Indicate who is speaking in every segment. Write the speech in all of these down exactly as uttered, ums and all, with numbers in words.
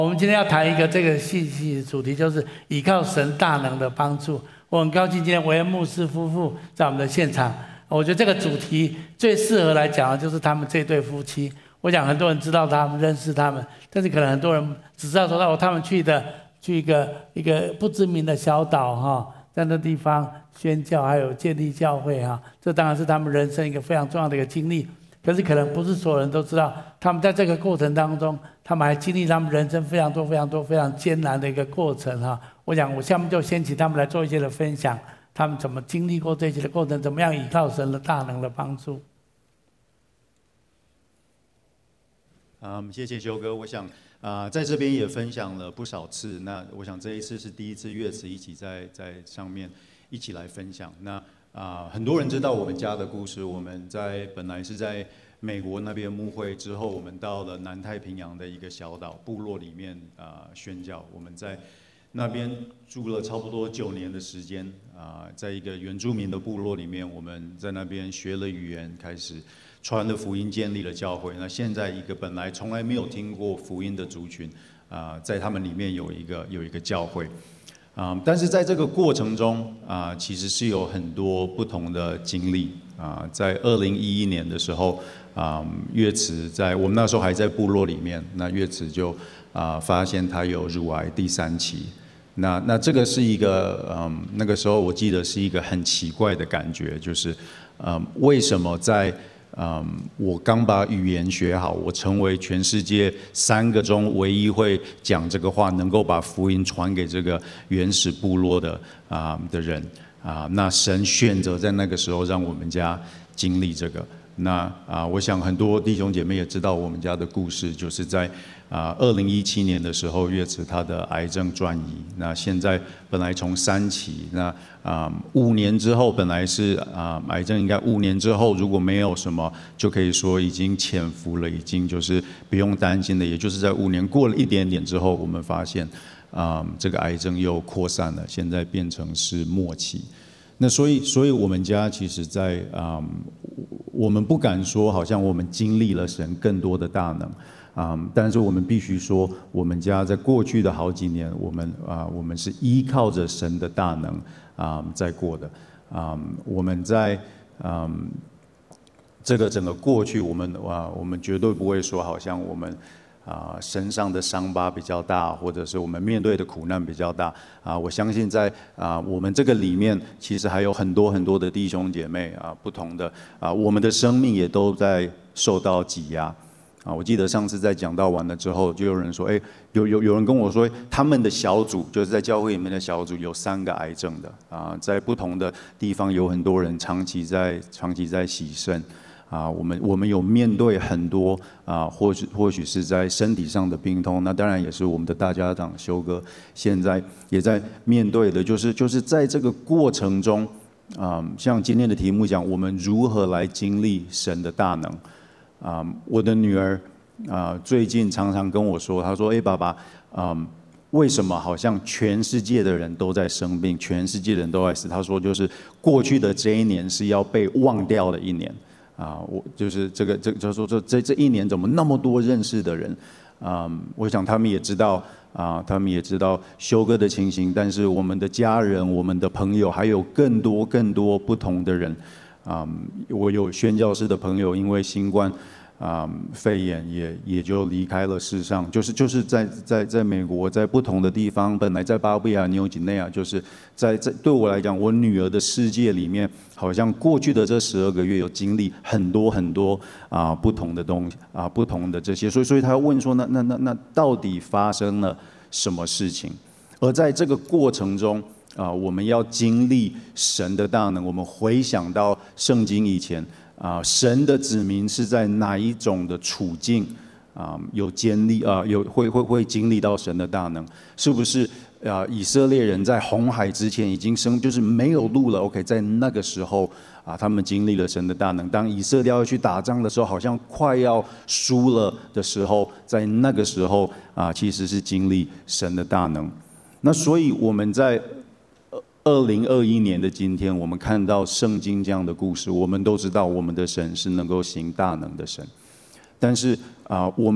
Speaker 1: 我们今天要谈一个这个信息的主题，就是依靠神大能的帮助。我很高兴今天维恩牧师夫妇在我们的现场。我觉得这个主题最适合来讲的就是他们这对夫妻。我想很多人知道他们，认识他们，但是可能很多人只知道说哦，他们去的去一个一个不知名的小岛哈，在那地方宣教，还有建立教会哈。这当然是他们人生一个非常重要的一个经历。可是可能不是所有人都知道，他们在这个过程当中，他们还经历他们人生非常多、非常多、非常艰难的一个过程哈。我想，我下面就先请他们来做一些的分享，他们怎么经历过这些的过程，怎么样依靠神的大能的帮助。
Speaker 2: 嗯，谢谢修哥。我想啊、呃，在这边也分享了不少次。那我想这一次是第一次，乐子一起在在上面一起来分享。那啊、呃，很多人知道我们家的故事。我们在本来是在美国那边牧会，之后我们到了南太平洋的一个小岛部落里面啊、呃、宣教。我们在那边住了差不多九年的时间啊、呃，在一个原住民的部落里面，我们在那边学了语言，开始传了福音，建立了教会。那现在一个本来从来没有听过福音的族群啊、呃，在他们里面有一个有一个教会。啊、但是在这个过程中啊、呃，其实是有很多不同的经历啊、呃。在二零一一年的时候啊，乐慈在我们那时候还在部落里面，那乐慈就啊、呃、发现他有乳癌第三期。那那这个是一个嗯，那个时候我记得是一个很奇怪的感觉，就是嗯，为什么在嗯，我刚把语言学好，我成为全世界三个中唯一会讲这个话，能够把福音传给这个原始部落的啊、呃、的人啊、呃，那神选择在那个时候让我们家经历这个。那啊、呃，我想很多弟兄姐妹也知道我们家的故事，就是在啊二零一七年的时候，乐慈他的癌症转移，那现在本来从三期，那啊、呃、五年之后本来是啊、呃、癌症应该五年之后如果没有什么，就可以说已经潜伏了，已经就是不用担心的，也就是在五年过了一点点之后，我们发现啊、呃、这个癌症又扩散了，现在变成是末期。那所以，所以我们家其实在啊、嗯，我们不敢说好像我们经历了神更多的大能啊、嗯，但是我们必须说，我们家在过去的好几年，我们啊、呃，我们是依靠着神的大能啊、嗯、在过的啊、嗯，我们在嗯这个整个过去，我们啊，我们绝对不会说好像我们。啊、呃，身上的伤疤比较大，或者是我们面对的苦难比较大啊、呃。我相信在啊、呃、我们这个里面，其实还有很多很多的弟兄姐妹啊、呃，不同的啊、呃，我们的生命也都在受到挤压啊、呃。我记得上次在讲道完了之后，就有人说，哎，有有有人跟我说，他们的小组就是在教会里面的小组有三个癌症的啊、呃，在不同的地方有很多人长期在长期在洗肾。啊，我们我们有面对很多啊，或许或许是在身体上的病痛，那当然也是我们的大家长修哥现在也在面对的，就是就是在这个过程中啊，像今天的题目讲，我们如何来经历神的大能啊？我的女儿啊，最近常常跟我说，她说：“哎，爸爸，嗯，为什么好像全世界的人都在生病，全世界的人都在死？”她说：“就是过去的这一年是要被忘掉的一年。”啊，我就是这个，这就说这这这一年怎么那么多认识的人，啊、嗯，我想他们也知道啊，他们也知道修哥的情形，但是我们的家人、我们的朋友，还有更多更多不同的人，啊、嗯，我有宣教士的朋友，因为新冠啊、嗯、肺炎也也就离开了世上，就是就是在在在美国，在不同的地方，本来在巴布亚纽几内亚，就是在在对我来讲，我女儿的世界里面。好像过去的这十二个月有经历很多很多啊、呃、不同的东西啊、呃、不同的这些，所以所以他问说那那那那到底发生了什么事情？而在这个过程中啊、呃，我们要经历神的大能，我们回想到圣经以前啊、呃，神的子民是在哪一种的处境啊、呃、有经历啊、呃、有会会会经历到神的大能，是不是？啊、呃，以色列人在红海之前已经生，就是没有路了。OK， 在那个时候啊，他们经历了神的大能。当以色列要去打仗的时候，好像快要输了的时候，在那个时候啊，其实是经历神的大能。那所以我们在二零二一年的今天，我们看到圣经这样的故事，我们都知道我们的神是能够行大能的神。但是啊、呃，我们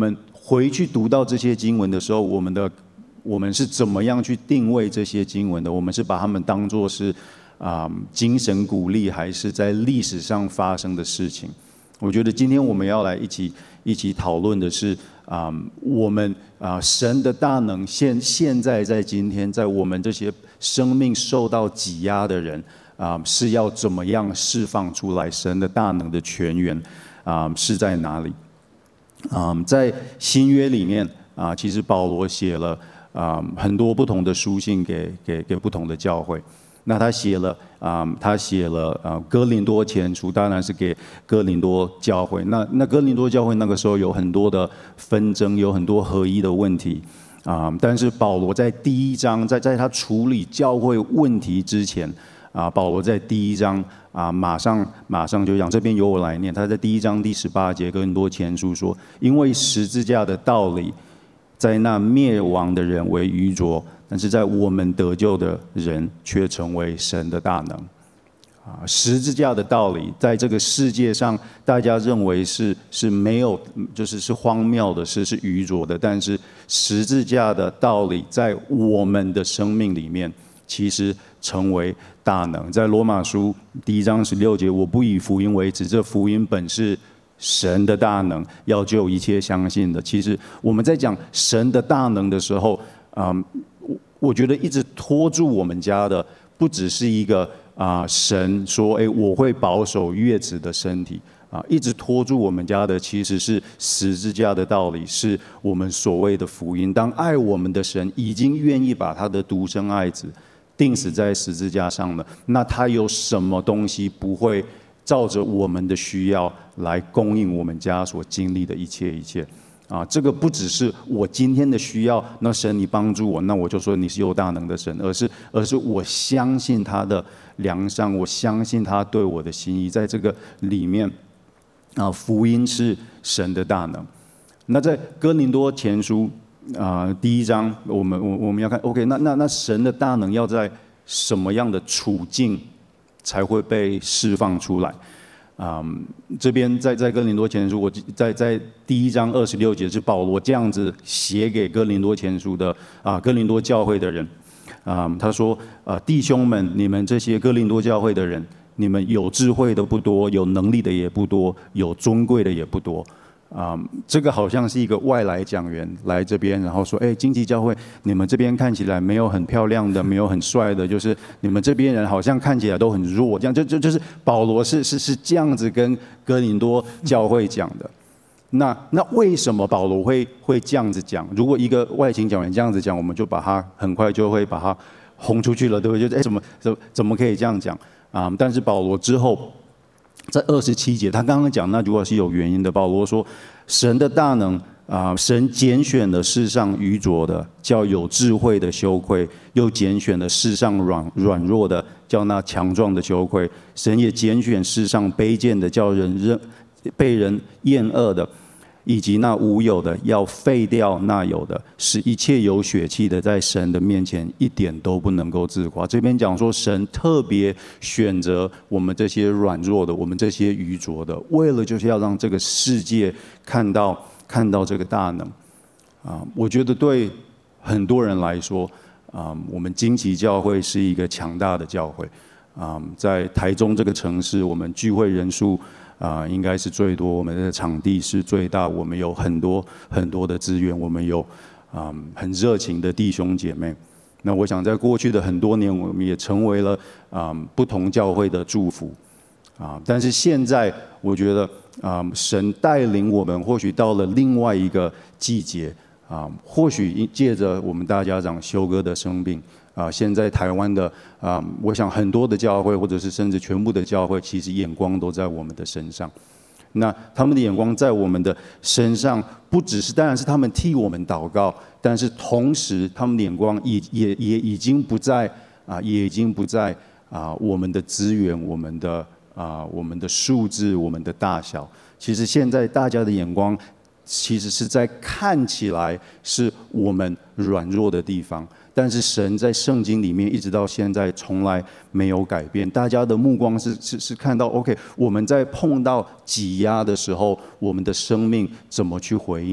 Speaker 2: 回去读到这些经文的时候，我们的我们是怎么样去定位这些经文的？我们是把它们当作是啊、嗯、精神鼓励，还是在历史上发生的事情？我觉得今天我们要来一起一起讨论的是啊、嗯，我们啊、呃、神的大能现现在在今天，在我们这些生命受到挤压的人啊、呃，是要怎么样释放出来？神的大能的泉源啊、呃、是在哪里？啊、呃，在新约里面啊、呃，其实保罗写了啊、呃、很多不同的书信给给给不同的教会。那他写了啊、呃，他写了啊、呃《哥林多前书》，当然是给哥林多教会。那那哥林多教会那个时候有很多的纷争，有很多合一的问题啊、呃。但是保罗在第一章，在在他处理教会问题之前啊、呃，保罗在第一章啊、呃，马上马上就讲，这边由我来念。他在第一章第十八节哥林多前书说：“因为十字架的道理，在那灭亡的人为愚拙。”但是在我们得救的人却成为神的大能啊！十字架的道理，在这个世界上，大家认为是是没有，就是是荒谬的，是是愚拙的。但是十字架的道理，在我们的生命里面，其实成为大能。在罗马书第一章十六节，我不以福音为耻，这福音本是神的大能，要救一切相信的。其实我们在讲神的大能的时候，嗯。我觉得一直拖住我们家的，不只是一个啊、呃，神说，哎，我会保守月子的身体啊，一直拖住我们家的，其实是十字架的道理，是我们所谓的福音。当爱我们的神已经愿意把他的独生爱子钉死在十字架上了，那他有什么东西不会照着我们的需要来供应我们家所经历的一切一切？啊，这个不只是我今天的需要，那神你帮助我，那我就说你是有大能的神，而是而是我相信他的良善，我相信他对我的心意，在这个里面啊，福音是神的大能。那在哥林多前书啊、呃、第一章，我们我我们要看 ，OK， 那那那神的大能要在什么样的处境才会被释放出来？啊、um, 这边在在哥林多前书，我在在第一章二十六节是保罗这样子写给哥林多前书的啊，哥林多教会的人啊，他说啊，弟兄们，你们这些哥林多教会的人，你们有智慧的不多，有能力的也不多，有尊贵的也不多。啊、嗯，这个好像是一个外来讲员来这边，然后说：“哎，经济教会，你们这边看起来没有很漂亮的，没有很帅的，就是你们这边人好像看起来都很弱。”这样就就就是保罗是是是这样子跟哥林多教会讲的。那那为什么保罗会会这样子讲？如果一个外勤讲员这样子讲，我们就把他很快就会把他轰出去了，对不对？就哎，怎么怎怎么可以这样讲啊、嗯？但是保罗之后。在二十七节，他刚刚讲那句话是有原因的。保罗说：“神的大能啊、呃，神拣选了世上愚拙的，叫有智慧的羞愧；又拣选了世上软软弱的，叫那强壮的羞愧。神也拣选世上卑贱的，叫人认被人厌恶的。”以及那无有的，要废掉那有的，使一切有血气的，在神的面前一点都不能够自夸。这边讲说，神特别选择我们这些软弱的，我们这些愚拙的，为了就是要让这个世界看到看到这个大能。啊，我觉得对很多人来说，啊，我们惊奇教会是一个强大的教会。啊，在台中这个城市，我们聚会人数。啊、呃，应该是最多，我们的场地是最大，我们有很多很多的资源，我们有啊、呃、很热情的弟兄姐妹。那我想在过去的很多年，我们也成为了啊、呃、不同教会的祝福啊、呃。但是现在，我觉得啊、呃，神带领我们，或许到了另外一个季节啊、呃，或许借着我们大家长修哥的生病。啊，现在台湾的啊，我想很多的教会，或者是甚至全部的教会，其实眼光都在我们的身上。那他们的眼光在我们的身上，不只是当然是他们替我们祷告，但是同时他们的眼光也也也已经不在啊，也已经不在啊我们的资源、我们的啊我们的数字、我们的大小。其实现在大家的眼光，其实是在看起来是我们软弱的地方。但是神在圣经里面一直到现在从来没有改变，大家的目光是是是看到 OK， 我们在碰到挤压的时候，我们的生命怎么去回应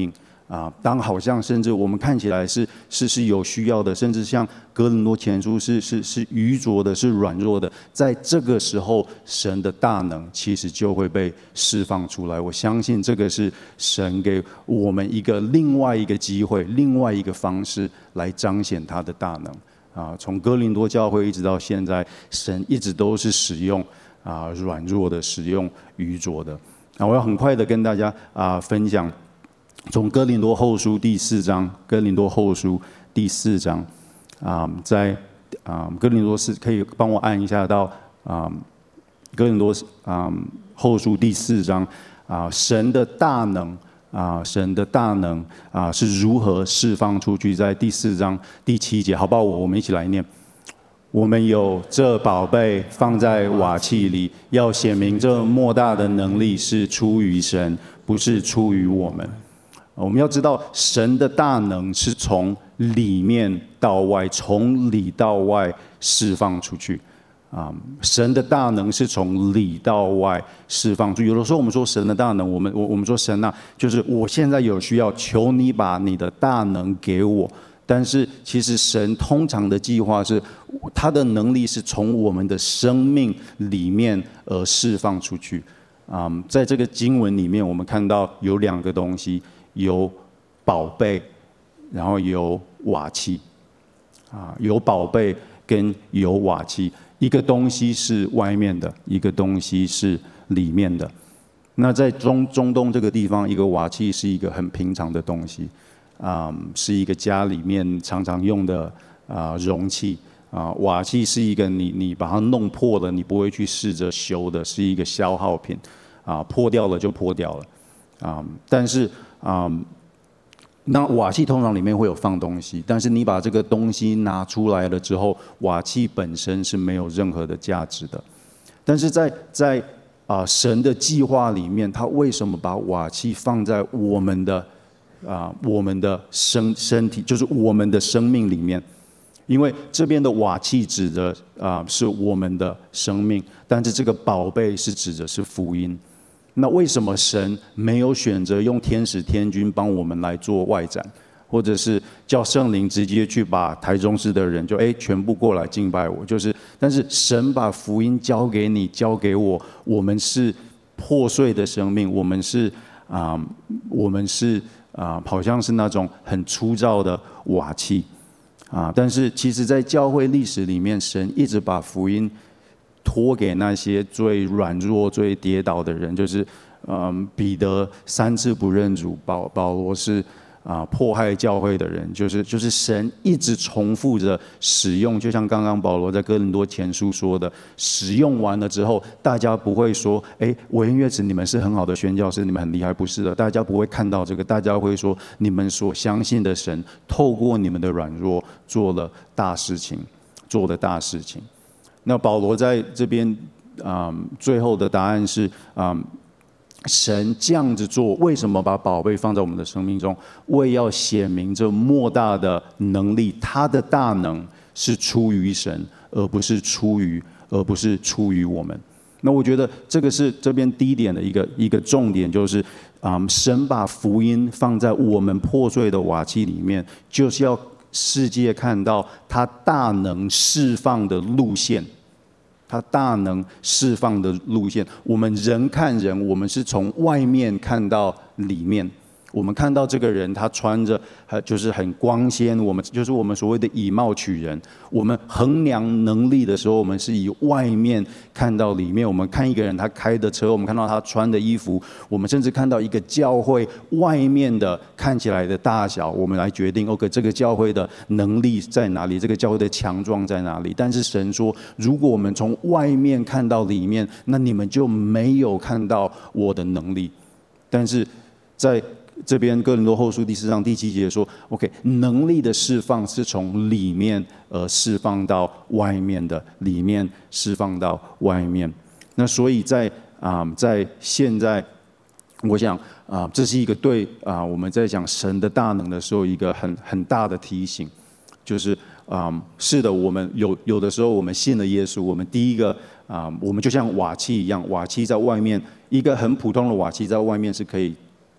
Speaker 2: 啊，当好像甚至我们看起来是是是有需要的，甚至像哥林多前书是是是愚拙的，是软弱的，在这个时候，神的大能其实就会被释放出来。我相信这个是神给我们一个另外一个机会，另外一个方式来彰显他的大能啊。从哥林多教会一直到现在，神一直都是使用啊软弱的，使用愚拙的。啊，我要很快的跟大家啊分享。从哥林多后书第四章，哥林多后书第四章，啊，在啊哥林多是可以帮我按一下到啊哥林多啊后书第四章啊，神的大能啊，神的大能啊是如何释放出去？在第四章第七节，好不好？我们一起来念。我们有这宝贝放在瓦器里，要显明这莫大的能力是出于神，不是出于我们。我们要知道，神的大能是从里面到外，从里到外释放出去。啊，神的大能是从里到外释放出去。有的时候我们说神的大能，我们我我们说神啊，就是我现在有需要，求你把你的大能给我。但是其实神通常的计划是，他的能力是从我们的生命里面而释放出去。啊，在这个经文里面，我们看到有两个东西。有宝贝，然后有瓦器，啊，有宝贝跟有瓦器，一个东西是外面的，一个东西是里面的。那在中中东这个地方，一个瓦器是一个很平常的东西，啊，是一个家里面常常用的啊容器，啊，瓦器是一个你你把它弄破了，你不会去试着修的，是一个消耗品，啊，破掉了就破掉了，啊，但是。啊、嗯，那瓦器通常里面会有放东西，但是你把这个东西拿出来了之后，瓦器本身是没有任何的价值的。但是在在啊、呃、神的计划里面，他为什么把瓦器放在我们的啊、呃、我们的身身体，就是我们的生命里面？因为这边的瓦器指的啊、呃、是我们的生命，但是这个宝贝是指的是福音。那为什么神没有选择用天使天军帮我们来做外展，或者是叫圣灵直接去把台中市的人就哎全部过来敬拜我？就是，但是神把福音交给你，交给我，我们是破碎的生命，我们是啊、呃，我们是啊、呃，好像是那种很粗糙的瓦器啊。但是其实，在教会历史里面，神一直把福音托给那些最软弱、最跌倒的人，就是嗯，彼得三次不认主，保保罗是啊迫害教会的人，就是就是神一直重复着使用，就像刚刚保罗在哥林多前书说的，使用完了之后，大家不会说，哎，维恩乐子你们是很好的宣教士，你们很厉害，不是的，大家不会看到这个，大家会说，你们所相信的神，透过你们的软弱做了大事情，做了大事情。那保罗在这边啊、嗯，最后的答案是啊、嗯，神这样子做，为什么把宝贝放在我们的生命中？为要显明这莫大的能力，他的大能是出于神，而不是出于，而不是出于我们。那我觉得这个是这边第一点的一个一个重点，就是啊、嗯，神把福音放在我们破碎的瓦器里面，就是要世界看到他大能释放的路线，他大能释放的路线。我们人看人，我们是从外面看到里面。我们看到这个人，他穿着就是很光鲜，我们就是我们所谓的以貌取人。我们衡量能力的时候，我们是以外面看到里面。我们看一个人，他开的车，我们看到他穿的衣服，我们甚至看到一个教会外面的看起来的大小，我们来决定 OK 这个教会的能力在哪里，这个教会的强壮在哪里。但是神说，如果我们从外面看到里面，那你们就没有看到我的能力。但是在这边哥林多后书第四章第七节说 ，OK， 能力的释放是从里面而释放到外面的，里面释放到外面。那所以在啊、呃，在现在，我想啊、呃，这是一个对啊、呃，我们在讲神的大能的时候，一个很很大的提醒，就是啊、呃，是的，我们有有的时候我们信了耶稣，我们第一个啊、呃，我们就像瓦器一样，瓦器在外面，一个很普通的瓦器在外面是可以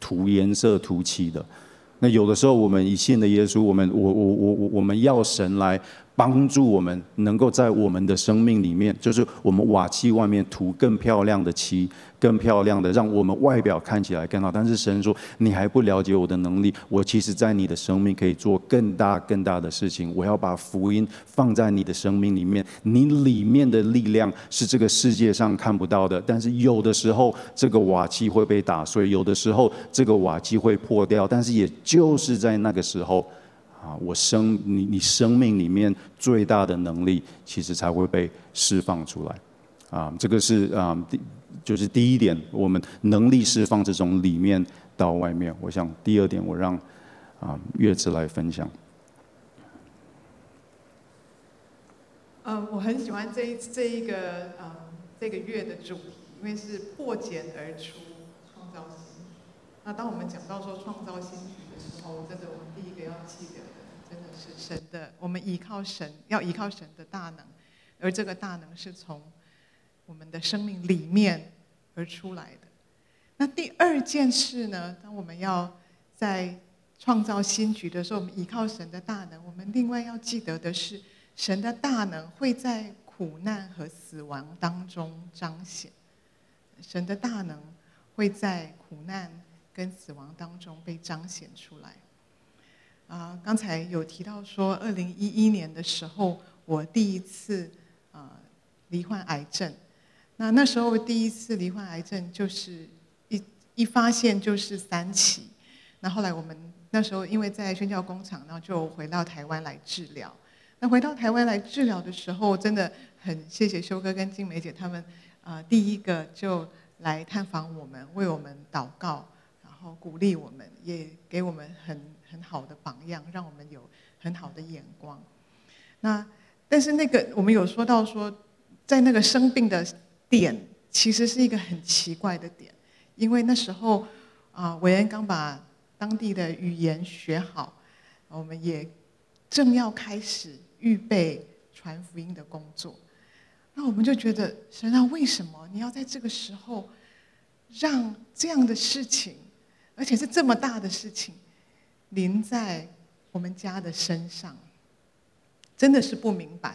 Speaker 2: 涂颜色、涂漆的。那有的时候我们一信的耶稣，我们我我我我我们要神来帮助我们，能够在我们的生命里面，就是我们瓦器外面涂更漂亮的漆，更漂亮的，让我们外表看起来更好。但是神说，你还不了解我的能力，我其实在你的生命可以做更大更大的事情。我要把福音放在你的生命里面，你里面的力量是这个世界上看不到的。但是有的时候这个瓦器会被打碎，有的时候这个瓦器会破掉，但是也就是在那个时候啊，我生你你生命里面最大的能力，其实才会被释放出来，啊，这个是啊，就是第一点，我们能力释放这种里面到外面。我想第二点，我让啊月子来分享。
Speaker 3: 呃，我很喜欢这一这一个呃这个月的主题，因为是破茧而出，创造新。那当我们讲到说创造新局的时候，真的我们第一个要记得的，真的是神的，我们依靠神，要依靠神的大能，而这个大能是从我们的生命里面而出来的。那第二件事呢，当我们要在创造新局的时候，我们依靠神的大能，我们另外要记得的是，神的大能会在苦难和死亡当中彰显。神的大能会在苦难跟死亡当中被彰显出来。啊、呃，刚才有提到说，二零一一年的时候，我第一次啊、呃、罹患癌症。那那时候第一次罹患癌症，就是一一发现就是三期。那后来我们那时候因为在宣教工厂，然后就回到台湾来治疗。那回到台湾来治疗的时候，真的很谢谢修哥跟静梅姐他们，啊、呃，第一个就来探访我们，为我们祷告。然后鼓励我们，也给我们很很好的榜样，让我们有很好的眼光。那但是那个我们有说到说，在那个生病的点，其实是一个很奇怪的点，因为那时候啊，韦恩刚把当地的语言学好，我们也正要开始预备传福音的工作。那我们就觉得，神啊，为什么你要在这个时候让这样的事情？而且是这么大的事情，临在我们家的身上，真的是不明白。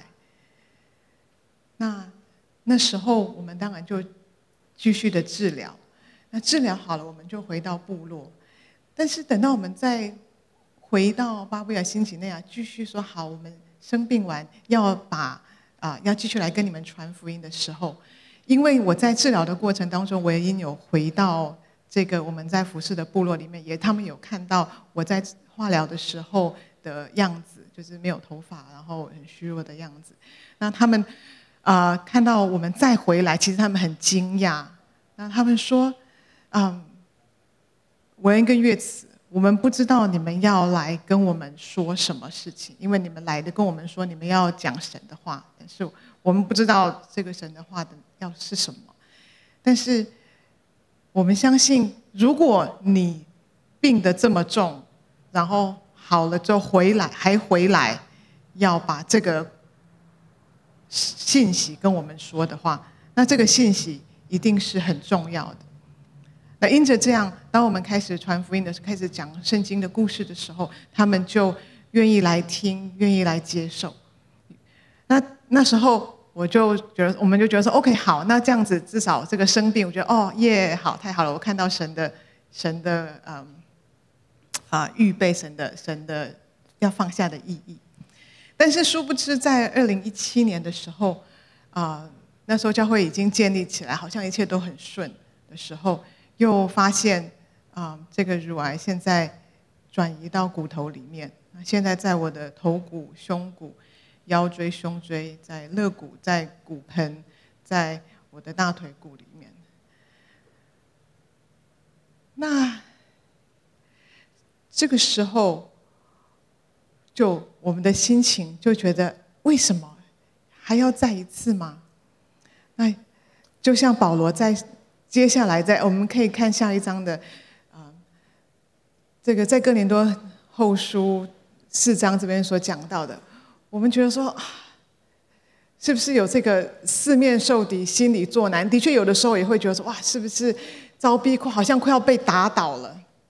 Speaker 3: 那那时候我们当然就继续的治疗，那治疗好了，我们就回到部落。但是等到我们再回到巴布亚新几内亚，继续说好，我们生病完要把啊、呃、要继续来跟你们传福音的时候，因为我在治疗的过程当中，我也有回到。这个我们在服侍的部落里面，也他们有看到我在化疗的时候的样子，就是没有头发，然后很虚弱的样子。那他们啊、呃、看到我们再回来，其实他们很惊讶。那他们说，嗯，韦恩跟月慈，我们不知道你们要来跟我们说什么事情，因为你们来的跟我们说你们要讲神的话，但是我们不知道这个神的话的要是什么，但是。我们相信，如果你病得这么重，然后好了之后回来，还回来，要把这个信息跟我们说的话，那这个信息一定是很重要的。那因着这样，当我们开始传福音的时候，开始讲圣经的故事的时候，他们就愿意来听，愿意来接受。那那时候。我就觉得，我们就觉得说 ，OK， 好，那这样子至少这个生病，我觉得哦耶，好，太好了，我看到神的神的嗯啊、呃、预备，神的神的要放下的意义。但是殊不知，在二零一七年的时候，啊、呃、那时候教会已经建立起来，好像一切都很顺的时候，又发现啊、呃、这个乳癌现在转移到骨头里面，现在在我的头骨、胸骨。腰椎、胸椎，在肋骨，在骨盆，在我的大腿骨里面。那这个时候，就我们的心情就觉得，为什么还要再一次吗？那就像保罗在接下来在我们可以看下一章的，啊、呃，这个在哥林多后书四章这边所讲到的。我们觉得说，是不是有这个四面受敌、心里作难？的确，有的时候也会觉得说，哇，是不是遭逼，好像快要被打倒了？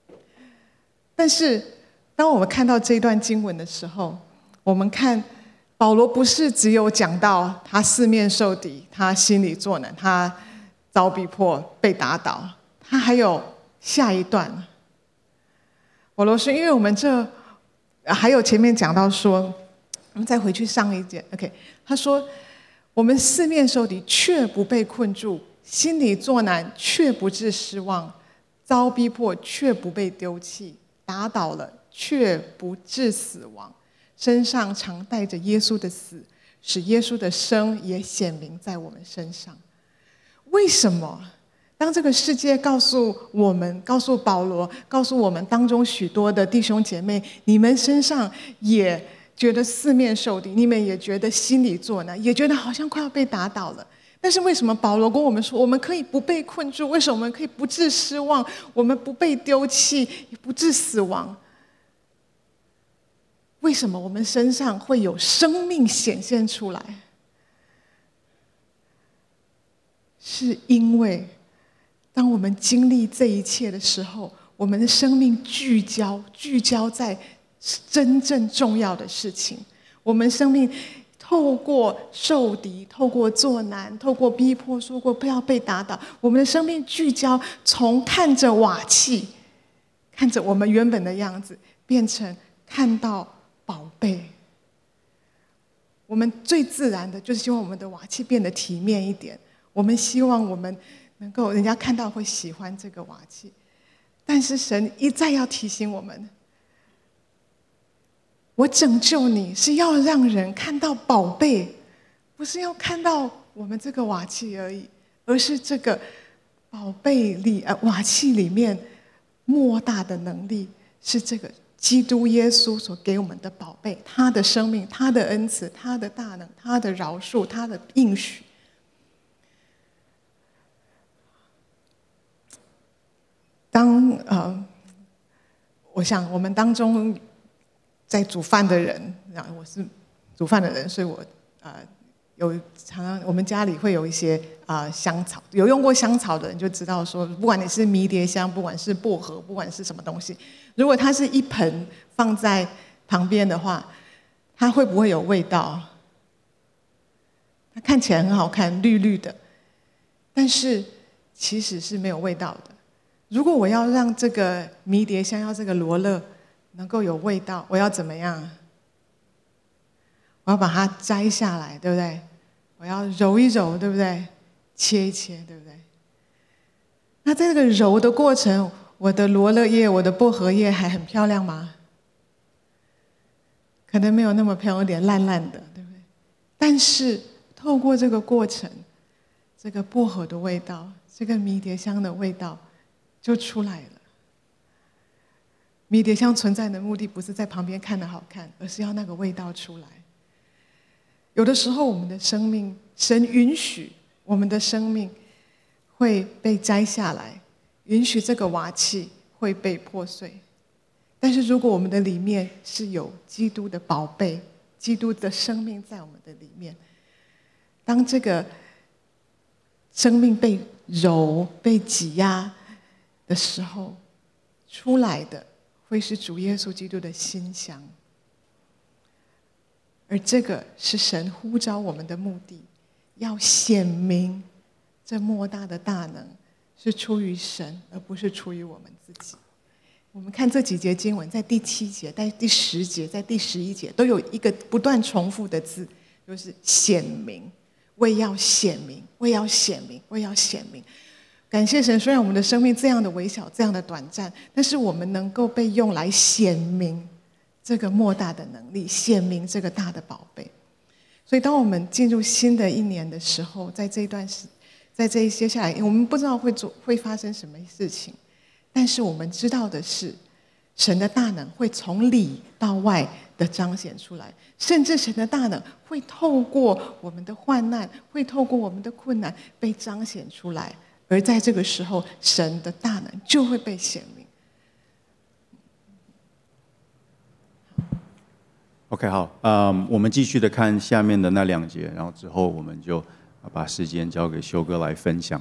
Speaker 3: 但是当我们看到这一段经文的时候，我们看保罗不是只有讲到他四面受敌，他心里作难，他遭逼迫被打倒，他还有下一段。保罗说，因为我们这还有前面讲到说，我们再回去上一节 ，OK， 他说我们四面受敌却不被困住，心里作难却不致失望，遭逼迫却不被丢弃，打倒了却不致死亡，身上常带着耶稣的死，使耶稣的生也显明在我们身上。为什么当这个世界告诉我们，告诉保罗，告诉我们当中许多的弟兄姐妹，你们身上也觉得四面受敌，你们也觉得心里作难，也觉得好像快要被打倒了，但是为什么保罗跟我们说，我们可以不被困住？为什么我们可以不致失望？我们不被丢弃，也不致死亡？为什么我们身上会有生命显现出来？是因为当我们经历这一切的时候，我们的生命聚焦聚焦在真正重要的事情。我们生命透过受敌，透过作难，透过逼迫，说过不要被打倒，我们的生命聚焦从看着瓦器，看着我们原本的样子，变成看到宝贝。我们最自然的就是希望我们的瓦器变得体面一点，我们希望我们能够人家看到会喜欢这个瓦器。但是神一再要提醒我们，我拯救你是要让人看到宝贝，不是要看到我们这个瓦器而已，而是这个宝贝里呃瓦器里面莫大的能力，是这个基督耶稣所给我们的宝贝，他的生命，他的恩慈，他的大能，他的饶恕，他的应许。当呃，我想我们当中在煮饭的人，我是煮饭的人，所以我呃有常常我们家里会有一些啊、呃、香草，有用过香草的人就知道说，不管你是迷迭香，不管是薄荷，不管是什么东西，如果它是一盆放在旁边的话，它会不会有味道？它看起来很好看，绿绿的，但是其实是没有味道的。如果我要让这个迷迭香，要这个罗勒能够有味道，我要怎么样？我要把它摘下来，对不对？我要揉一揉，对不对？切一切，对不对？那在这个揉的过程，我的罗勒叶、我的薄荷叶还很漂亮吗？可能没有那么漂亮，有点烂烂的，对不对？但是透过这个过程，这个薄荷的味道，这个迷迭香的味道就出来了。迷迭香存在的目的不是在旁边看得好看，而是要那个味道出来。有的时候我们的生命，神允许我们的生命会被摘下来，允许这个瓦器会被破碎。但是如果我们的里面是有基督的宝贝，基督的生命在我们的里面，当这个生命被揉、被挤压的时候，出来的会是主耶稣基督的馨香。而这个是神呼召我们的目的，要显明这莫大的大能是出于神，而不是出于我们自己。我们看这几节经文，在第七节、在第十节、在第十一节，都有一个不断重复的字，就是显明，为要显明，为要显明，为要显明。感谢神，虽然我们的生命这样的微小，这样的短暂，但是我们能够被用来显明这个莫大的能力，显明这个大的宝贝。所以当我们进入新的一年的时候，在这一段时，在这一接下来，我们不知道会做会发生什么事情，但是我们知道的是，神的大能会从里到外的彰显出来，甚至神的大能会透过我们的患难，会透过我们的困难被彰显出来。而在这个时候，神的大能就会被显明。
Speaker 2: OK， 好，嗯，我们继续的看下面的那两节，然后之后我们就把时间交给修哥来分享。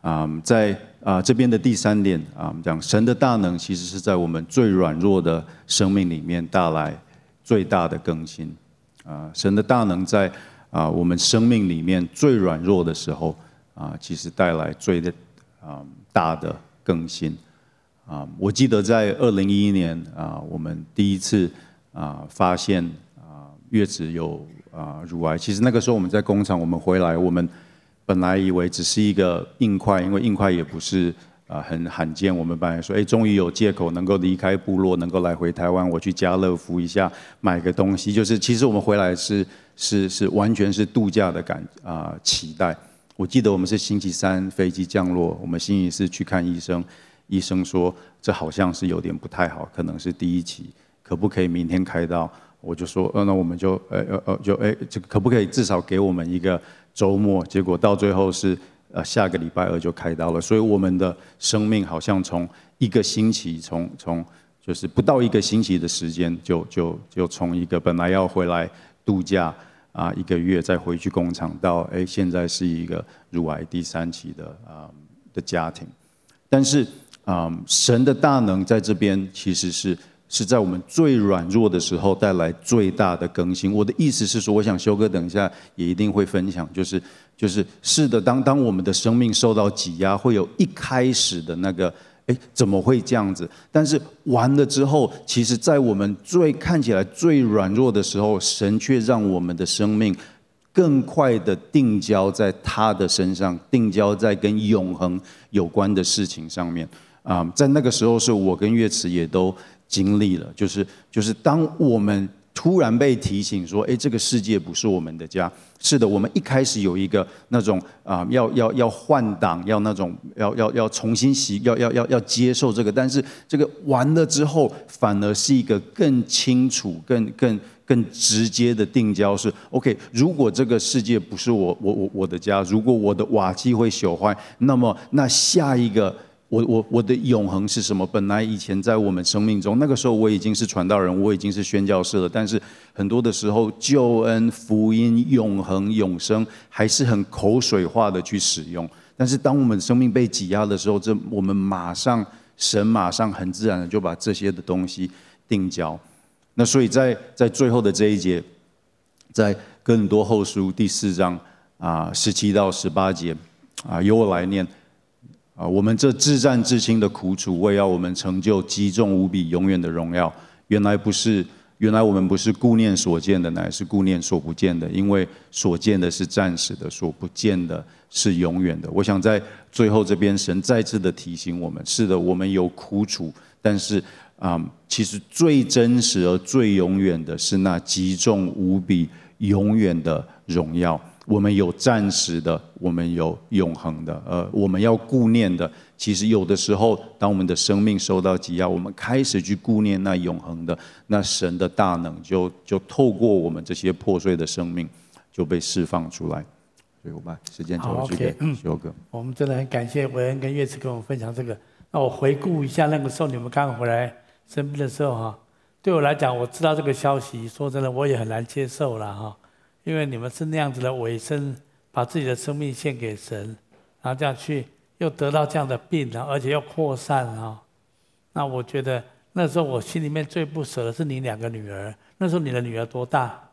Speaker 2: 啊、嗯，在啊、呃、这边的第三点啊，我们讲神的大能其实是在我们最软弱的生命里面带来最大的更新啊、呃，神的大能在啊、呃、我们生命里面最软弱的时候啊、呃，其实带来最的啊、呃、大的更新啊、呃。我记得在二零一一年啊、呃，我们第一次啊、呃、发现啊、呃、月子有啊、呃、乳癌，其实那个时候我们在工厂，我们回来我们。本来以为只是一个硬块，因为硬块也不是啊很罕见。我们本来说，哎，终于有借口能够离开部落，能够来回台湾，我去家乐福一下买个东西。就是其实我们回来是是是完全是度假的感啊、呃、期待。我记得我们是星期三飞机降落，我们星期四去看医生，医生说这好像是有点不太好，可能是第一期，可不可以明天开刀？我就说，呃，那我们就呃呃呃就哎，这可不可以至少给我们一个周末？结果到最后是呃下个礼拜二就开刀了，所以我们的生命好像从一个星期，从从就是不到一个星期的时间，就就就从一个本来要回来度假啊一个月再回去工厂，到哎现在是一个乳癌第三期的啊、呃、的家庭，但是啊、呃、神的大能在这边其实是。是在我们最软弱的时候带来最大的更新。我的意思是说，我想修哥等一下也一定会分享，就是就是是的，当当我们的生命受到挤压，会有一开始的那个，哎，怎么会这样子？但是完了之后，其实在我们最看起来最软弱的时候，神却让我们的生命更快的定焦在他的身上，定焦在跟永恒有关的事情上面。啊、嗯，在那个时候，是我跟岳慈也都。经历了，就是就是当我们突然被提醒说，哎，这个世界不是我们的家。是的，我们一开始有一个那种啊、呃，要要要换挡，要那种要要要重新习，要要要要接受这个。但是这个完了之后，反而是一个更清楚、更更更直接的定焦是 OK。如果这个世界不是我我我我的家，如果我的瓦器会朽坏，那么那下一个。我我我的永恒是什么？本来以前在我们生命中，那个时候我已经是传道人，我已经是宣教士了。但是很多的时候，救恩、福音、永恒、永生，还是很口水化的去使用。但是当我们生命被挤压的时候，这我们马上神马上很自然的就把这些的东西定焦。那所以在在最后的这一节，在哥林多后书第四章啊十七到十八节啊，由我来念。啊，我们这至战至轻的苦楚，为要我们成就极重无比、永远的荣耀。原来不是，原来我们不是顾念所见的，乃是顾念所不见的。因为所见的是暂时的，所不见的是永远的。我想在最后这边，神再次的提醒我们：是的，我们有苦楚，但是啊、嗯，其实最真实而最永远的是那极重无比、永远的荣耀。我们有暂时的，我们有永恒的。呃，我们要顾念的，其实有的时候，当我们的生命受到挤压，我们开始去顾念那永恒的，那神的大能就就透过我们这些破碎的生命，就被释放出来。所以我把时间交去给修哥。
Speaker 1: 我们真的很感谢韦恩跟岳慈跟我们分享这个。那我回顾一下那个时候你们刚回来生病的时候哈，对我来讲，我知道这个消息，说真的我也很难接受了哈。因为你们是那样子的委身，把自己的生命献给神，然后这样去又得到这样的病，然后而且又扩散啊。那我觉得那时候我心里面最不舍的是你两个女儿。那时候你的女儿多大？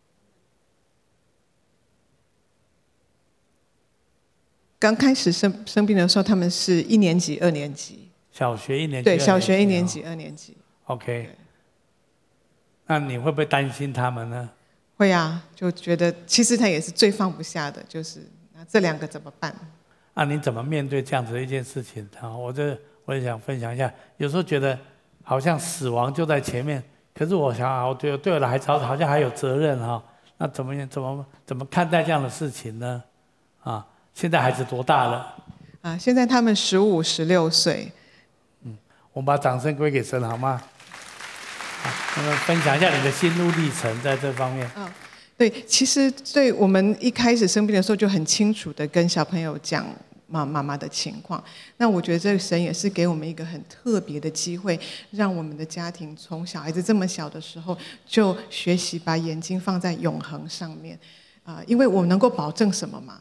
Speaker 3: 刚开始生生病的时候，他们是一年级、二年级。
Speaker 1: 小学一年级。
Speaker 3: 对，小学一年级、二年级。
Speaker 1: OK。那你会不会担心他们呢？
Speaker 3: 会啊，就觉得其实他也是最放不下的，就是那这两个怎么办？
Speaker 1: 啊，你怎么面对这样子的一件事情？啊，我这我也想分享一下。有时候觉得好像死亡就在前面，可是我想啊，我觉得对我的孩子好像还有责任哈。那怎么怎么怎么看待这样的事情呢？啊，现在孩子多大了？
Speaker 3: 啊，现在他们十五、十六岁。
Speaker 1: 嗯，我们把掌声归给神好吗？那么分享一下你的心路历程，在这方面。
Speaker 3: 嗯，对，其实对我们一开始生病的时候就很清楚的跟小朋友讲妈妈妈的情况。那我觉得这个神也是给我们一个很特别的机会，让我们的家庭从小孩子这么小的时候就学习把眼睛放在永恒上面。啊、呃，因为我能够保证什么嘛？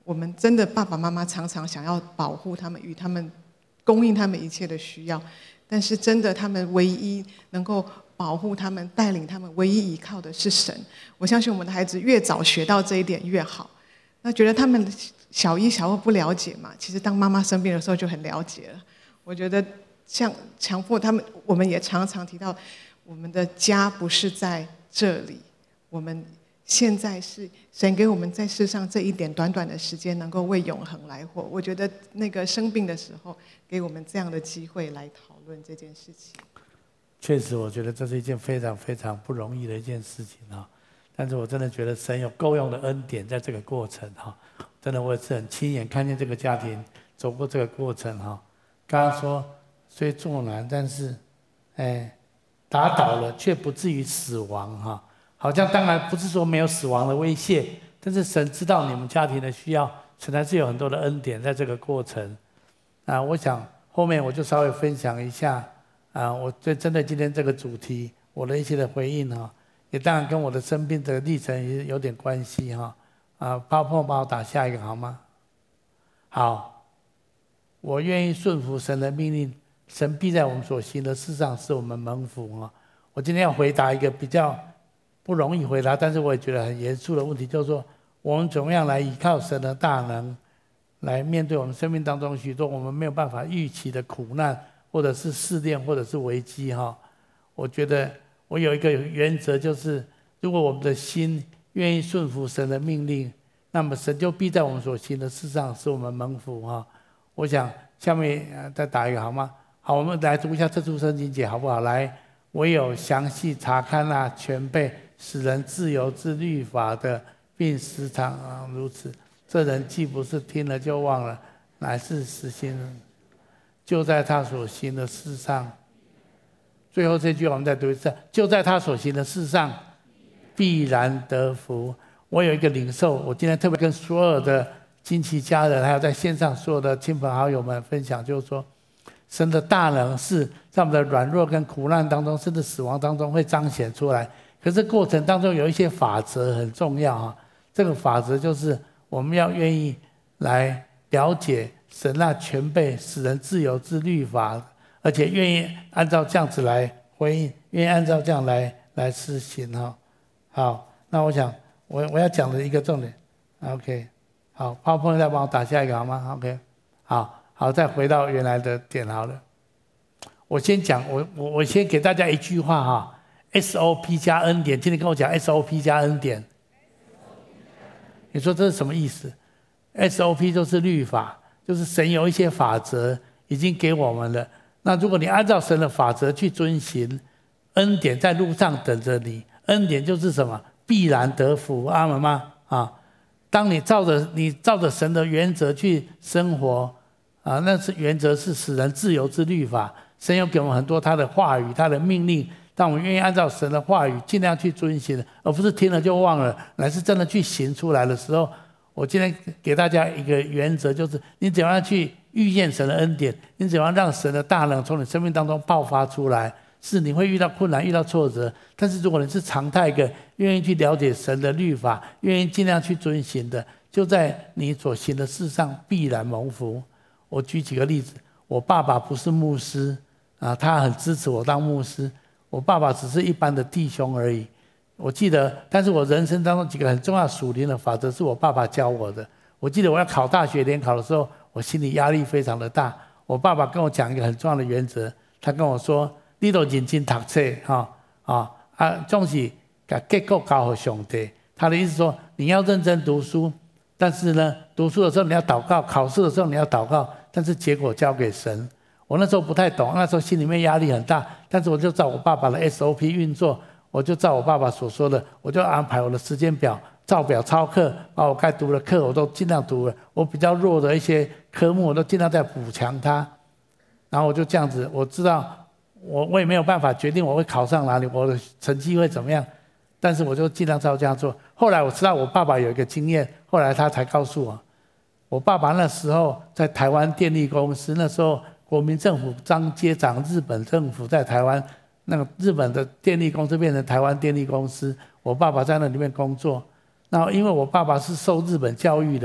Speaker 3: 我们真的爸爸妈妈常常想要保护他们，与他们供应他们一切的需要，但是真的他们唯一能够保护他们、带领他们唯一依靠的是神。我相信我们的孩子越早学到这一点越好。那觉得他们小一、小二不了解嘛？其实当妈妈生病的时候就很了解了。我觉得像强迫他们，我们也常常提到，我们的家不是在这里，我们现在是神给我们在世上这一点短短的时间，能够为永恒来活。我觉得那个生病的时候，给我们这样的机会来讨论这件事情。
Speaker 1: 确实，我觉得这是一件非常非常不容易的一件事情啊。但是我真的觉得神有够用的恩典在这个过程哈，真的我也是很亲眼看见这个家庭走过这个过程哈。刚刚说虽作难，但是，哎，打倒了却不至于死亡哈。好像当然不是说没有死亡的威胁，但是神知道你们家庭的需要，神还是有很多的恩典在这个过程。啊，我想后面我就稍微分享一下啊，我对针对今天这个主题我的一些的回应哈。也当然跟我的生病的历程也有点关系哈，啊，泡泡帮我打下一个好吗？好，我愿意顺服神的命令，神必在我们所行的事上使我们蒙福啊。我今天要回答一个比较不容易回答，但是我也觉得很严肃的问题，就是说我们怎么样来依靠神的大能，来面对我们生命当中许多我们没有办法预期的苦难，或者是试炼，或者是危机哈。我觉得。我有一个原则，就是如果我们的心愿意顺服神的命令，那么神就必在我们所行的事上使我们蒙福哈。我想下面再打一个好吗？好，我们来读一下这处圣经节好不好？来，唯有详细查看那全备使人自由之律法的，并时常如此，这人既不是听了就忘了，乃是实行了，就在他所行的事上。最后这句我们再读一次，就在他所行的事上必然得福。我有一个领受，我今天特别跟所有的金旗家人还有在线上所有的亲朋好友们分享，就是说神的大能是在我们的软弱跟苦难当中，甚至死亡当中会彰显出来。可是过程当中有一些法则很重要啊，这个法则就是我们要愿意来了解神那全备使人自由之律法，而且愿意按照这样子来回应，愿意按照这样来来施行哈。好，那我想我我要讲的一个重点 ，OK， 好 ，PowerPoint 再帮我打下一个好吗 ？OK， 好，好，再回到原来的点好了。我先讲，我我我先给大家一句话哈 ，S O P 加恩典，今天跟我讲 S O P 加恩典，你说这是什么意思 ？S O P 就是律法，就是神有一些法则已经给我们了。那如果你按照神的法则去遵行，恩典在路上等着你。恩典就是什么？必然得福，阿们吗？啊，当你照着你照着神的原则去生活，啊，那是原则是使人自由之律法。神有给我们很多他的话语、他的命令，但我们愿意按照神的话语尽量去遵行，而不是听了就忘了，乃是真的去行出来的时候。我今天给大家一个原则，就是你怎样去遇见神的恩典，你怎样让神的大能从你生命当中爆发出来。是你会遇到困难，遇到挫折，但是如果你是常态一个愿意去了解神的律法，愿意尽量去遵行的，就在你所行的事上必然蒙福。我举几个例子，我爸爸不是牧师啊，他很支持我当牧师，我爸爸只是一般的弟兄而已。我记得，但是我人生当中几个很重要属灵的法则是我爸爸教我的。我记得我要考大学联考的时候，我心里压力非常的大。我爸爸跟我讲一个很重要的原则，他跟我说：“你都认真读册，哈啊啊，总是把结果交给上帝。”他的意思说，你要认真读书，但是呢，读书的时候你要祷告，考试的时候你要祷告，但是结果交给神。我那时候不太懂，那时候心里面压力很大，但是我就照我爸爸的 S O P 运作。我就照我爸爸所说的，我就安排我的时间表，照表操课，把我该读的课我都尽量读了。我比较弱的一些科目，我都尽量在补强它。然后我就这样子，我知道我我也没有办法决定我会考上哪里，我的成绩会怎么样，但是我就尽量照这样做。后来我知道我爸爸有一个经验，后来他才告诉我，我爸爸那时候在台湾电力公司，那时候国民政府刚接掌日本政府在台湾。那个日本的电力公司变成台湾电力公司，我爸爸在那里面工作。那因为我爸爸是受日本教育的，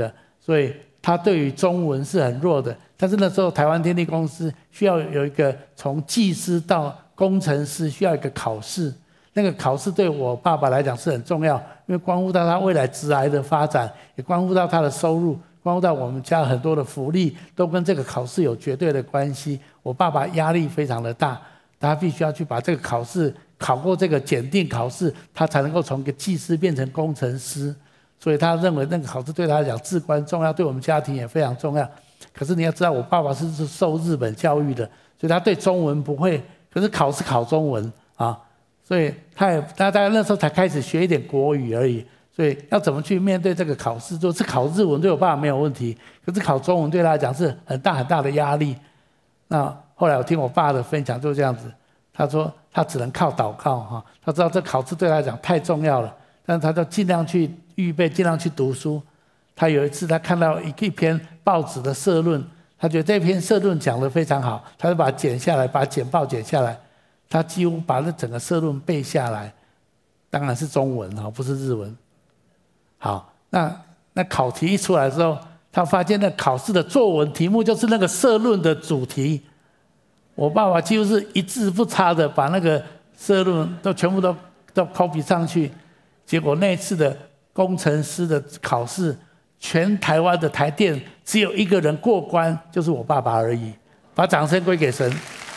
Speaker 1: 所以他对于中文是很弱的。但是那时候台湾电力公司需要有一个从技师到工程师需要一个考试，那个考试对我爸爸来讲是很重要，因为关乎到他未来职涯的发展，也关乎到他的收入，关乎到我们家很多的福利，都跟这个考试有绝对的关系。我爸爸压力非常的大，他必须要去把这个考试考过这个检定考试，他才能够从一个技师变成工程师。所以他认为那个考试对他来讲至关重要，对我们家庭也非常重要。可是你要知道，我爸爸是受日本教育的，所以他对中文不会，可是考试考中文啊，所以他也他大概那时候才开始学一点国语而已。所以要怎么去面对这个考试，就是考日文对我爸爸没有问题，可是考中文对他来讲是很大很大的压力。那后来我听我爸的分享就是这样子，他说他只能靠祷告哈，他知道这考试对他来讲太重要了，但是他就尽量去预备，尽量去读书。他有一次他看到一篇报纸的社论，他觉得这篇社论讲得非常好，他就把它剪下来，把简报剪下来，他几乎把那整个社论背下来，当然是中文哈，不是日文。好，那那考题一出来之后，他发现那考试的作文题目就是那个社论的主题。我爸爸几乎是一字不差的把那个社论都全部都都 copy 上去，结果那次的工程师的考试，全台湾的台电只有一个人过关，就是我爸爸而已。把掌声归给神。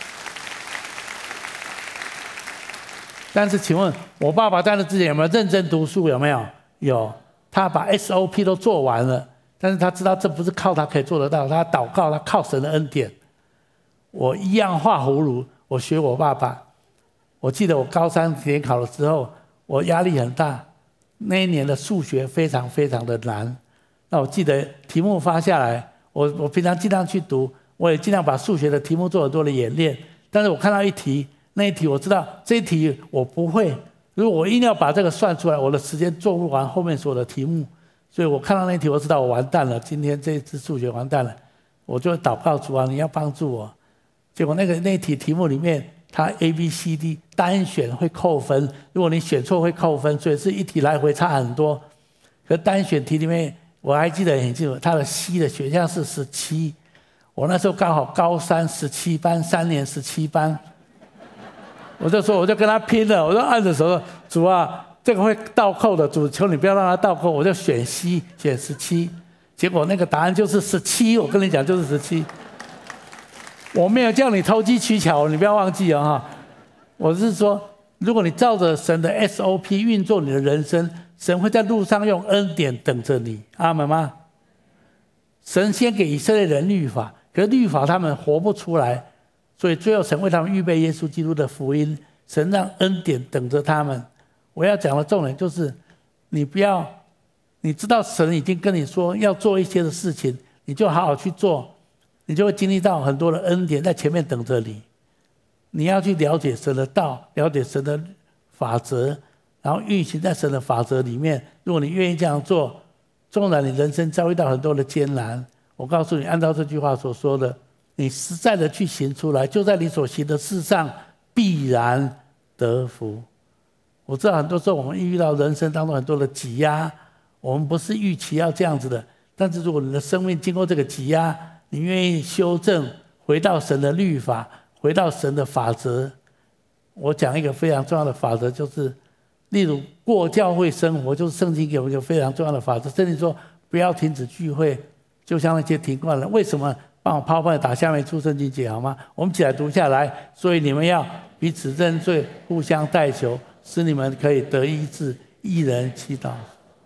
Speaker 1: 但是，请问我爸爸在那之前有没有认真读书？有没有？有，他把 S O P 都做完了，但是他知道这不是靠他可以做得到，他祷告，他靠神的恩典。我一样画葫芦，我学我爸爸。我记得我高三联考的时候，我压力很大，那一年的数学非常非常的难。那我记得题目发下来，我我平常尽量去读，我也尽量把数学的题目做很多的演练。但是我看到一题，那一题我知道这一题我不会，如果我硬要把这个算出来，我的时间做不完后面所有的题目。所以我看到那一题，我知道我完蛋了，今天这一次数学完蛋了，我就祷告主啊，你要帮助我。结果那个那一题题目里面，它 A B C D 单选会扣分，如果你选错会扣分，所以是一题来回差很多。可是单选题里面，我还记得很清楚，它的 C 的选项是十七，我那时候刚好高三十七班，三年十七班，我就说我就跟他拼了，我就按着手说主啊，这个会倒扣的，主求你不要让它倒扣，我就选 C 选十七，结果那个答案就是十七，我跟你讲就是十七。我没有叫你投机取巧，你不要忘记哦哈。我是说，如果你照着神的 S O P 运作你的人生，神会在路上用恩典等着你，阿们吗？神先给以色列人律法，可是律法他们活不出来，所以最后神为他们预备耶稣基督的福音，神让恩典等着他们。我要讲的重点就是，你不要，你知道神已经跟你说要做一些的事情，你就好好去做。你就会经历到很多的恩典在前面等着你。你要去了解神的道，了解神的法则，然后运行在神的法则里面。如果你愿意这样做，纵然你人生遭遇到很多的艰难，我告诉你，按照这句话所说的，你实在的去行出来，就在你所行的事上必然得福。我知道很多时候我们遇到人生当中很多的挤压，我们不是预期要这样子的，但是如果你的生命经过这个挤压，你愿意修正，回到神的律法，回到神的法则。我讲一个非常重要的法则，就是例如过教会生活，就是圣经给我们一个非常重要的法则。圣经说不要停止聚会，就像那些停惯了。为什么？帮我抛盘打下面出圣经节好吗？我们一起来读下来。所以你们要彼此认罪，互相代求，使你们可以得医治，一人祈祷。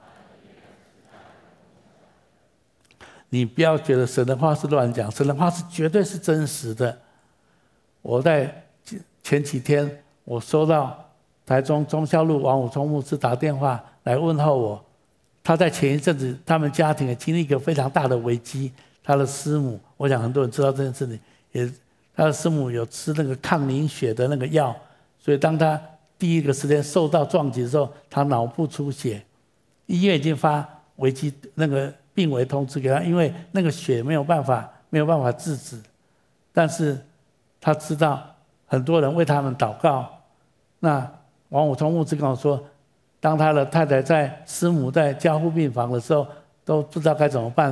Speaker 1: 你不要觉得神的话是乱讲，神的话是绝对是真实的。我在前几天，我收到台中忠孝路王武聪牧师打电话来问候我。他在前一阵子，他们家庭也经历一个非常大的危机。他的师母，我想很多人知道这件事情，也他的师母有吃那个抗凝血的那个药，所以当他第一个时间受到撞击的时候，他脑部出血，医院已经发危机那个。病危通知给他，因为那个血没有办法没有办法制止，但是他知道很多人为他们祷告。那王武聪牧师跟我说，当他的太太在师母在加护病房的时候，都不知道该怎么办，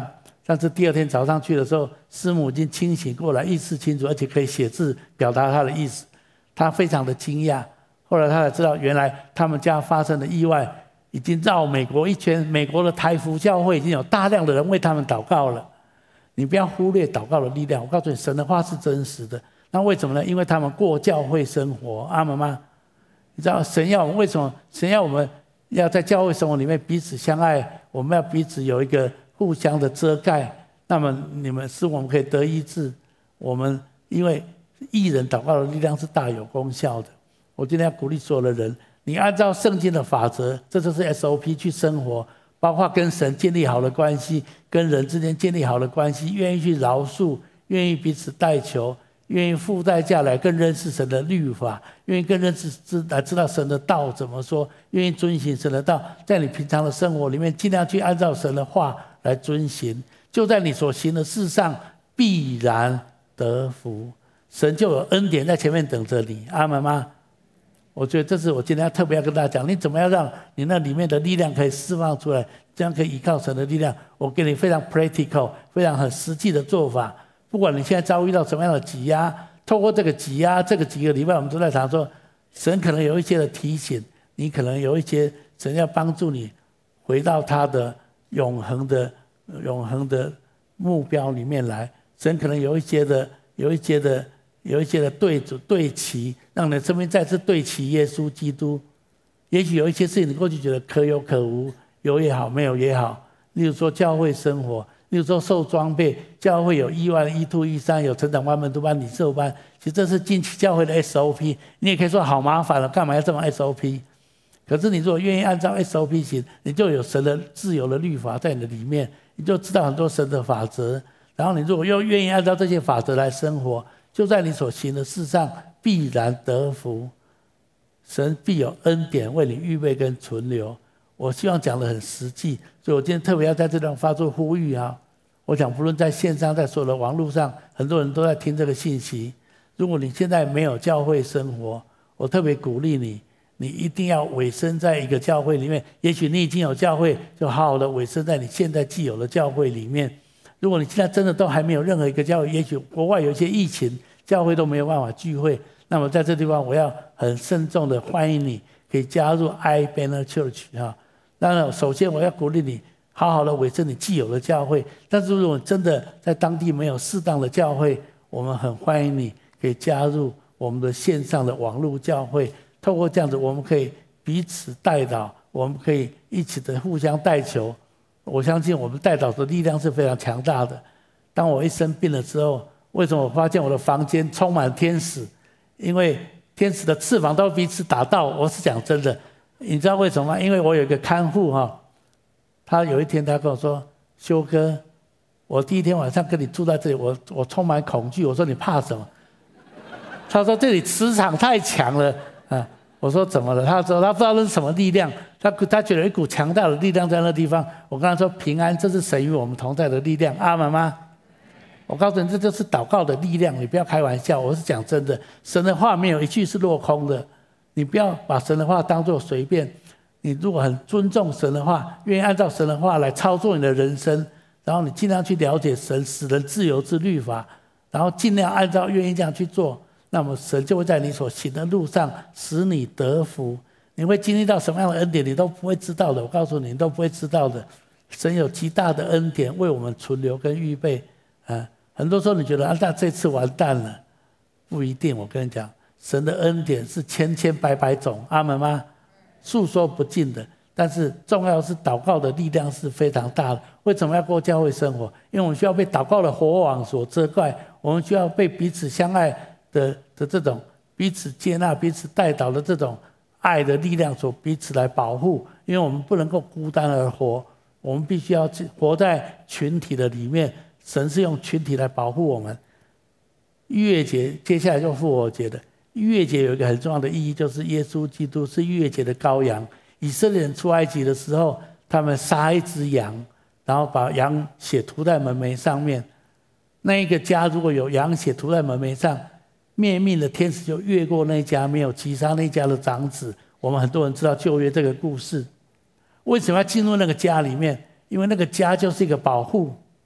Speaker 1: 但是第二天早上去的时候，师母已经清醒过来，意识清楚，而且可以写字表达她的意思。她非常的惊讶，后来她才知道，原来他们家发生的意外已经绕美国一圈，美国的台福教会已经有大量的人为他们祷告了。你不要忽略祷告的力量，我告诉你，神的话是真实的。那为什么呢？因为他们过教会生活，阿们吗？你知道神要我们为什么？神要我们要在教会生活里面彼此相爱，我们要彼此有一个互相的遮盖。那么你们使我们可以得医治。我们因为义人祷告的力量是大有功效的。我今天要鼓励所有的人，你按照圣经的法则，这就是 S O P 去生活，包括跟神建立好的关系，跟人之间建立好的关系，愿意去饶恕，愿意彼此代求，愿意付代价来更认识神的律法，愿意更认识知来知道神的道怎么说，愿意遵行神的道，在你平常的生活里面尽量去按照神的话来遵行，就在你所行的事上必然得福，神就有恩典在前面等着你，阿们吗？我觉得这是我今天要特别要跟大家讲，你怎么样让你那里面的力量可以释放出来，这样可以依靠神的力量。我给你非常 practical 非常很实际的做法，不管你现在遭遇到什么样的挤压，透过这个挤压，这个几个礼拜我们都在谈说，神可能有一些的提醒，你可能有一些神要帮助你回到他的永恒的永恒的目标里面来，神可能有一些的有一些的有一些的对主对齐，让你的生命再次对齐耶稣基督。也许有一些事情你过去觉得可有可无，有也好没有也好，例如说教会生活，例如说受装备，教会有一万一two一三，有成长班门徒班领袖班，其实这是近期教会的 S O P。 你也可以说好麻烦了，干嘛要这么 S O P？ 可是你如果愿意按照 S O P 行，你就有神的自由的律法在你的里面，你就知道很多神的法则，然后你如果又愿意按照这些法则来生活，就在你所行的事上必然得福，神必有恩典为你预备跟存留。我希望讲得很实际，所以我今天特别要在这段发出呼吁啊！我想不论在线上，在所有的网络上，很多人都在听这个信息。如果你现在没有教会生活，我特别鼓励你，你一定要委身在一个教会里面。也许你已经有教会，就好好的委身在你现在既有的教会里面。如果你现在真的都还没有任何一个教会，也许国外有一些疫情，教会都没有办法聚会，那么在这地方我要很慎重的欢迎你可以加入 I Banner Church 哈。当然首先我要鼓励你好好的委身你既有的教会，但是如果真的在当地没有适当的教会，我们很欢迎你可以加入我们的线上的网络教会。透过这样子我们可以彼此代祷，我们可以一起的互相代求。我相信我们代祷的力量是非常强大的。当我一生病了之后，为什么我发现我的房间充满天使？因为天使的翅膀都彼此打到。我是讲真的，你知道为什么吗？因为我有一个看护哈，他有一天他跟我说：“修哥，我第一天晚上跟你住在这里，我我充满恐惧。”我说：“你怕什么？”他说：“这里磁场太强了啊。”我说：“怎么了？”他说：“他不知道那是什么力量，他他觉得有一股强大的力量在那地方。”我跟他说：“平安，这是神与我们同在的力量。”阿们吗？我告诉你，这就是祷告的力量，你不要开玩笑，我是讲真的。神的话没有一句是落空的，你不要把神的话当作随便。你如果很尊重神的话，愿意按照神的话来操作你的人生，然后你尽量去了解神使人自由之律法，然后尽量按照愿意这样去做，那么神就会在你所行的路上使你得福。你会经历到什么样的恩典，你都不会知道的。我告诉你，你都不会知道的。神有极大的恩典为我们存留跟预备啊。很多时候你觉得啊，那这次完蛋了，不一定。我跟你讲，神的恩典是千千百百种，阿们吗？诉说不尽的。但是重要是祷告的力量是非常大的。为什么要过教会生活？因为我们需要被祷告的火网所遮盖，我们需要被彼此相爱的的这种彼此接纳、彼此代祷的这种爱的力量所彼此来保护。因为我们不能够孤单而活，我们必须要活在群体的里面。神是用群体来保护我们。逾越节接下来就复活节的。逾越节有一个很重要的意义，就是耶稣基督是逾越节的羔羊。以色列人出埃及的时候，他们杀一只羊，然后把羊血涂在门楣上面。那一个家如果有羊血涂在门楣上，灭命的天使就越过那一家，没有击杀那一家的长子。我们很多人知道旧约这个故事。为什么要进入那个家里面？因为那个家就是一个保护。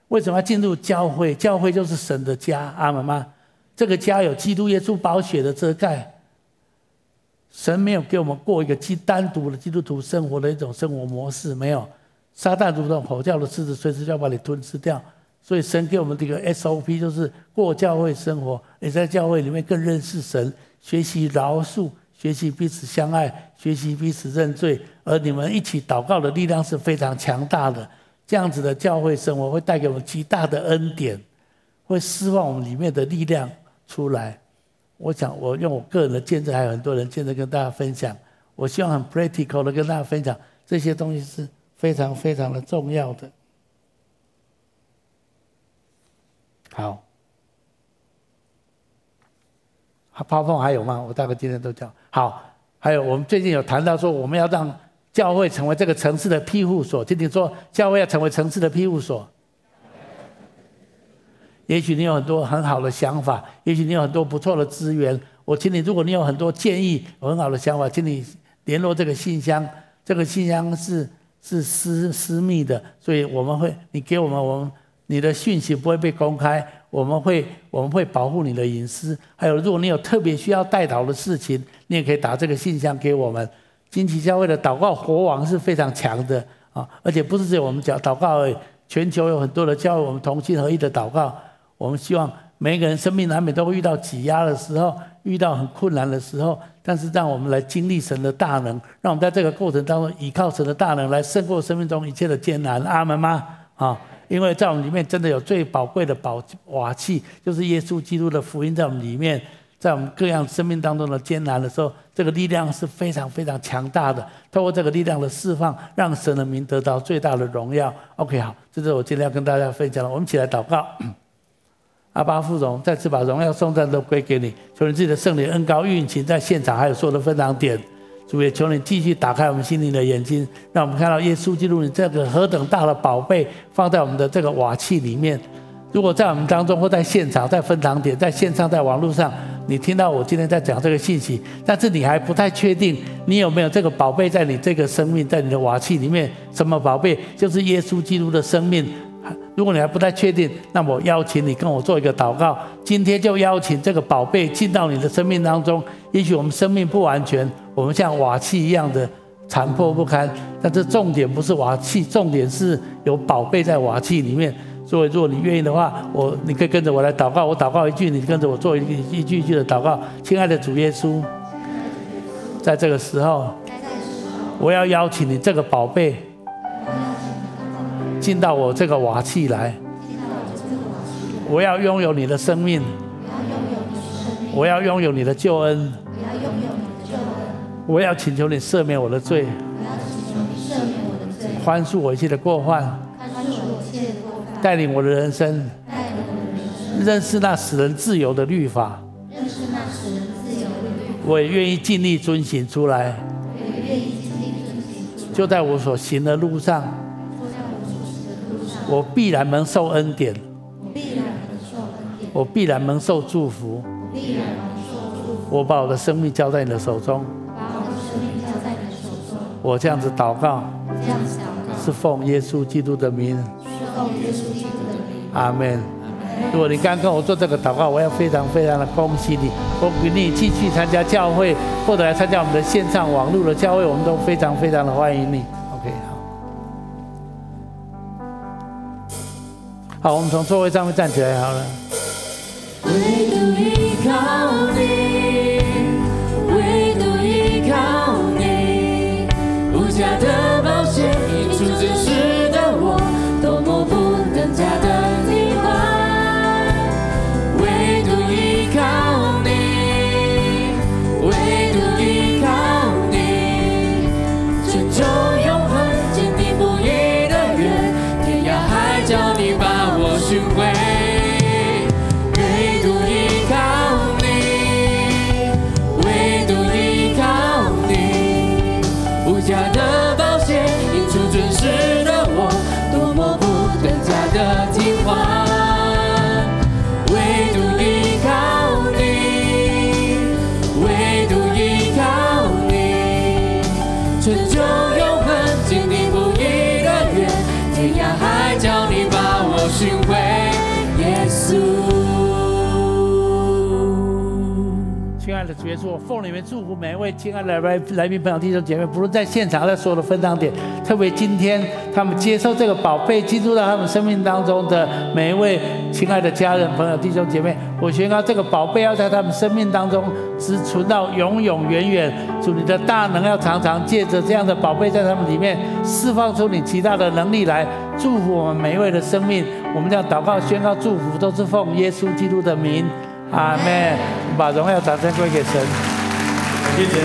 Speaker 1: 为什么要进入教会？教会就是神的家，阿们吗？这个家有基督耶稣宝血的遮盖。神没有给我们过一个单独的基督徒生活的一种生活模式，没有。撒旦如同吼叫的狮子，随时就要把你吞噬掉。所以神给我们这个 S O P， 就是过教会生活，也在教会里面更认识神，学习饶恕，学习彼此相爱，学习彼此认罪。而你们一起祷告的力量是非常强大的。这样子的教会生活会带给我们极大的恩典，会释放我们里面的力量出来。我想我用我个人的见证，还有很多人见证跟大家分享。我希望很 practical 的跟大家分享，这些东西是非常非常的重要的。好，泡泡还有吗？我大概今天都讲好。还有我们最近有谈到说，我们要让教会成为这个城市的庇护所。听听说，教会要成为城市的庇护所。也许你有很多很好的想法，也许你有很多不错的资源。我请你，如果你有很多建议、有很好的想法，请你联络这个信箱。这个信箱是是私私密的，所以我们会，你给我们，我们你的讯息不会被公开，我们会我们会保护你的隐私。还有，如果你有特别需要代祷的事情，你也可以打这个信箱给我们。金旗教会的祷告火网是非常强的啊，而且不是只有我们讲祷告而已，全球有很多的教会，我们同心合意的祷告。我们希望每一个人生命难免都会遇到挤压的时候，遇到很困难的时候，但是让我们来经历神的大能，让我们在这个过程当中依靠神的大能来胜过生命中一切的艰难。阿们吗？啊，因为在我们里面真的有最宝贵的宝瓦器，就是耶稣基督的福音在我们里面，在我们各样生命当中的艰难的时候，这个力量是非常非常强大的。透过这个力量的释放，让神的名得到最大的荣耀。OK， 好，这是我今天要跟大家分享的。我们一起来祷告。阿爸父荣，再次把荣耀颂赞都归给你，求你自己的圣灵恩膏运行在现场，还有所有的分享点。主也求你继续打开我们心灵的眼睛，让我们看到耶稣基督你这个何等大的宝贝放在我们的这个瓦器里面。如果在我们当中，或在现场、在分堂点、在线上、在网络上，你听到我今天在讲这个信息，但是你还不太确定你有没有这个宝贝在你这个生命，在你的瓦器里面。什么宝贝？就是耶稣基督的生命。如果你还不太确定，那我邀请你跟我做一个祷告。今天就邀请这个宝贝进到你的生命当中。也许我们生命不完全，我们像瓦器一样的残破不堪，但是重点不是瓦器，重点是有宝贝在瓦器里面。所以如果你愿意的话，我你可以跟着我来祷告。我祷告一句，你跟着我做一一句一句的祷告。亲爱的主耶稣，在这个时候，我要邀请你这个宝贝进到我这个瓦器来，我要拥有你的生命，我要拥有你的救恩，我要请求你赦免我的罪，宽恕我一切的过犯，带领我的人生，认识那使人自由的律法，我也愿意尽力遵行出来，就在我所行的路上，我必然蒙受恩典，我必然蒙受祝福。我把我的生命交在你的手中，我这样子祷告，是奉耶稣基督的名。阿们。如果你刚跟我做这个祷告，我要非常非常的恭喜你。我鼓励你继续参加教会，或者来参加我们的线上网络的教会，我们都非常非常的欢迎你。OK， 好。好，我们从座位上面站起来好了。
Speaker 4: 唯独依靠你，唯独依靠你，无价的宝血，你出真实的我，多么不能加的你爱。唯独依靠你，唯独依靠你，成就永恒坚定不移的约，天涯海角你把我寻回。唯独依
Speaker 1: 的主耶稣，我奉你们祝福每一位亲爱的来来宾朋友弟兄姐妹，不论在现场，在所有的分堂点，特别今天他们接受这个宝贝进入到他们生命当中的每一位亲爱的家人朋友弟兄姐妹，我宣告这个宝贝要在他们生命当中只存到永永远远。主，你的大能要常常借着这样的宝贝在他们里面释放出你极大的能力来祝福我们每一位的生命。我们这样祷告宣告祝福都是奉耶稣基督的名，阿们。把荣耀掌声归给神。谢谢。